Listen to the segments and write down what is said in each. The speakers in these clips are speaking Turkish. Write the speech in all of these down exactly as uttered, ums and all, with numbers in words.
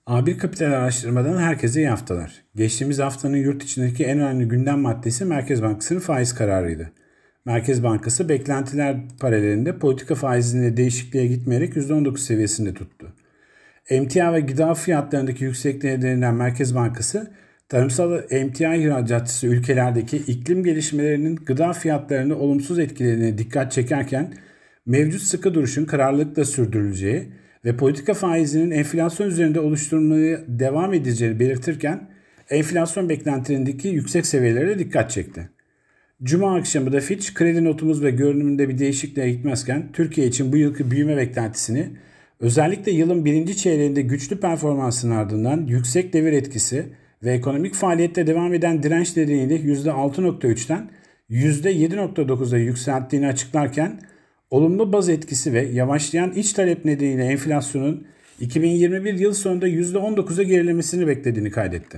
A bir Kapital Araştırma'dan herkese iyi haftalar. Geçtiğimiz haftanın yurt içindeki en önemli gündem maddesi Merkez Bankası'nın faiz kararıydı. Merkez Bankası beklentiler paralelinde politika faizinde değişikliğe gitmeyerek yüzde on dokuz seviyesinde tuttu. Emtia ve gıda fiyatlarındaki yüksekliğe nedeniyle Merkez Bankası, tarımsal emtia ihracatçısı ülkelerdeki iklim gelişmelerinin gıda fiyatlarını olumsuz etkilediğine dikkat çekerken, mevcut sıkı duruşun kararlılıkla sürdürüleceği ve politika faizinin enflasyon üzerinde oluşturulmaya devam edeceğini belirtirken, enflasyon beklentilerindeki yüksek seviyelere dikkat çekti. Cuma akşamı da Fitch, kredi notumuz ve görünümünde bir değişikliğe gitmezken, Türkiye için bu yılki büyüme beklentisini, özellikle yılın birinci çeyreğinde güçlü performansın ardından yüksek devir etkisi ve ekonomik faaliyette devam eden direnç nedeniyle yüzde altı virgül üçten yüzde yedi virgül dokuza yükselttiğini açıklarken, olumlu baz etkisi ve yavaşlayan iç talep nedeniyle enflasyonun iki bin yirmi bir yıl sonunda yüzde on dokuza gerilemesini beklediğini kaydetti.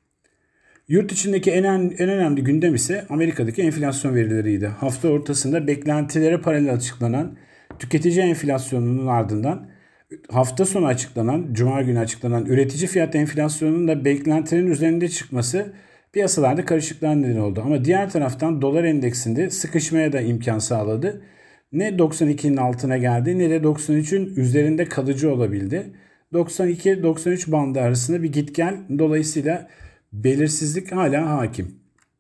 Yurt içindeki en, en önemli gündem ise Amerika'daki enflasyon verileriydi. Hafta ortasında beklentilere paralel açıklanan tüketici enflasyonunun ardından hafta sonu açıklanan, Cuma günü açıklanan üretici fiyat enflasyonunun da beklentilerin üzerinde çıkması piyasalarda karışıklığa neden oldu. Ama diğer taraftan dolar endeksinde sıkışmaya da imkan sağladı. Ne doksan ikinin altına geldi ne de doksan üçün üzerinde kalıcı olabildi. doksan iki doksan üç bandı arasında bir git gel, dolayısıyla belirsizlik hala hakim.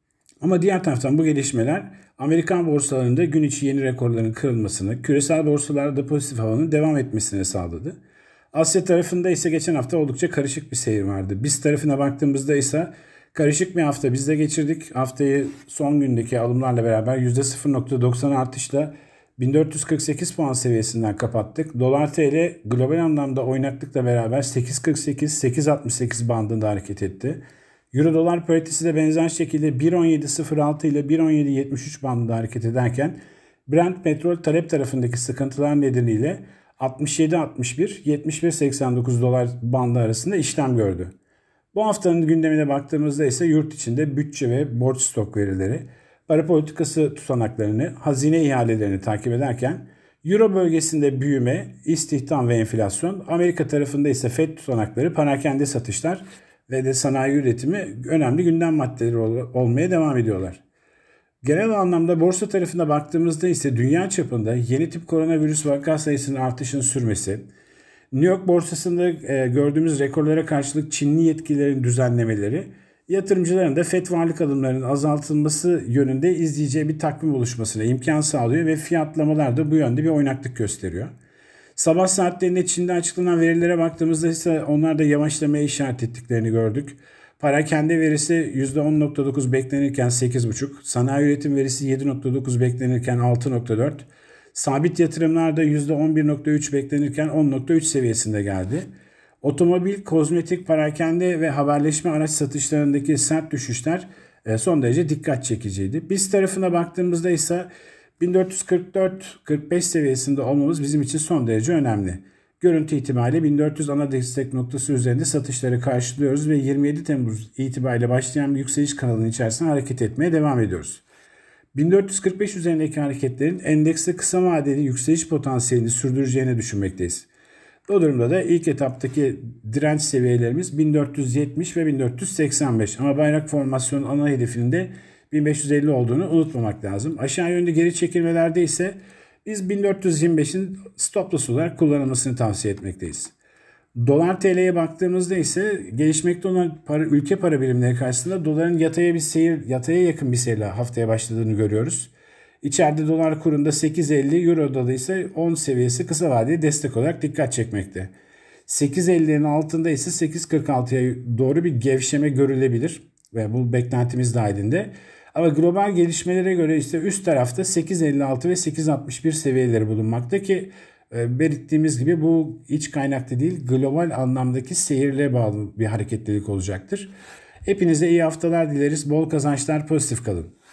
Ama diğer taraftan bu gelişmeler Amerikan borsalarında gün içi yeni rekorların kırılmasını, küresel borsalarda pozitif havanın devam etmesine sağladı. Asya tarafında ise geçen hafta oldukça karışık bir seyir vardı. Biz tarafına baktığımızda ise karışık bir hafta biz de geçirdik. Haftayı son gündeki alımlarla beraber yüzde sıfır virgül doksan artışla bin dört yüz kırk sekiz puan seviyesinden kapattık. Dolar T L global anlamda oynaklıkla beraber sekiz virgül kırk sekiz sekiz virgül altmış sekiz bandında hareket etti. Euro dolar paritesi de benzer şekilde bir virgül on yedi sıfır altı ile bir virgül on yedi yetmiş üç bandında hareket ederken, Brent petrol talep tarafındaki sıkıntılar nedeniyle altmış yedi altmış bir yetmiş bir seksen dokuz dolar bandı arasında işlem gördü. Bu haftanın gündemine baktığımızda ise yurt içinde bütçe ve borç stok verileri, para politikası tutanaklarını, hazine ihalelerini takip ederken, Euro bölgesinde büyüme, istihdam ve enflasyon, Amerika tarafında ise Fed tutanakları, perakende satışlar ve de sanayi üretimi önemli gündem maddeleri olmaya devam ediyorlar. Genel anlamda borsa tarafına baktığımızda ise dünya çapında yeni tip koronavirüs vaka sayısının artışın sürmesi, New York borsasında gördüğümüz rekorlara karşılık Çinli yetkililerin düzenlemeleri, yatırımcıların da Fed varlık alımlarının azaltılması yönünde izleyeceği bir takvim oluşmasına imkan sağlıyor ve fiyatlamalar da bu yönde bir oynaklık gösteriyor. Sabah saatlerinde Çin'de açıklanan verilere baktığımızda ise onlar da yavaşlamaya işaret ettiklerini gördük. Perakende verisi yüzde on virgül dokuz beklenirken sekiz virgül beş, sanayi üretim verisi yedi virgül dokuz beklenirken altı virgül dört, sabit yatırımlarda yüzde on bir virgül üç beklenirken on virgül üç seviyesinde geldi. Otomobil, kozmetik, perakende ve haberleşme araç satışlarındaki sert düşüşler son derece dikkat çekiciydi. Biz tarafına baktığımızda ise bin dört yüz kırk dört kırk beş seviyesinde olmamız bizim için son derece önemli. Görüntü itibariyle bin dört yüz ana destek noktası üzerinde satışları karşılıyoruz ve yirmi yedi Temmuz itibariyle başlayan bir yükseliş kanalının içerisinde hareket etmeye devam ediyoruz. bin dört yüz kırk beş üzerindeki hareketlerin endekste kısa vadeli yükseliş potansiyelini sürdüreceğini düşünmekteyiz. Bu durumda da ilk etaptaki direnç seviyelerimiz bin dört yüz yetmiş ve bin dört yüz seksen beş, ama bayrak formasyonun ana hedefinin de bin beş yüz elli olduğunu unutmamak lazım. Aşağı yönde geri çekilmelerde ise biz bin dört yüz yirmi beşin stop loss olarak kullanılmasını tavsiye etmekteyiz. Dolar T L'ye baktığımızda ise gelişmekte olan para, ülke para birimleri karşısında doların yataya bir seyir, yataya yakın bir seyirle haftaya başladığını görüyoruz. İçeride dolar kurunda sekiz elli, Euro'da da ise on seviyesi kısa vadeli destek olarak dikkat çekmekte. sekiz ellilerin altında ise sekiz kırk altıya doğru bir gevşeme görülebilir ve bu beklentimiz dahilinde. Ama global gelişmelere göre ise üst tarafta sekiz elli altı ve sekiz altmış bir seviyeleri bulunmakta ki e, belirttiğimiz gibi bu iç kaynaklı değil, global anlamdaki seyirle bağlı bir hareketlilik olacaktır. Hepinize iyi haftalar dileriz. Bol kazançlar, pozitif kalın.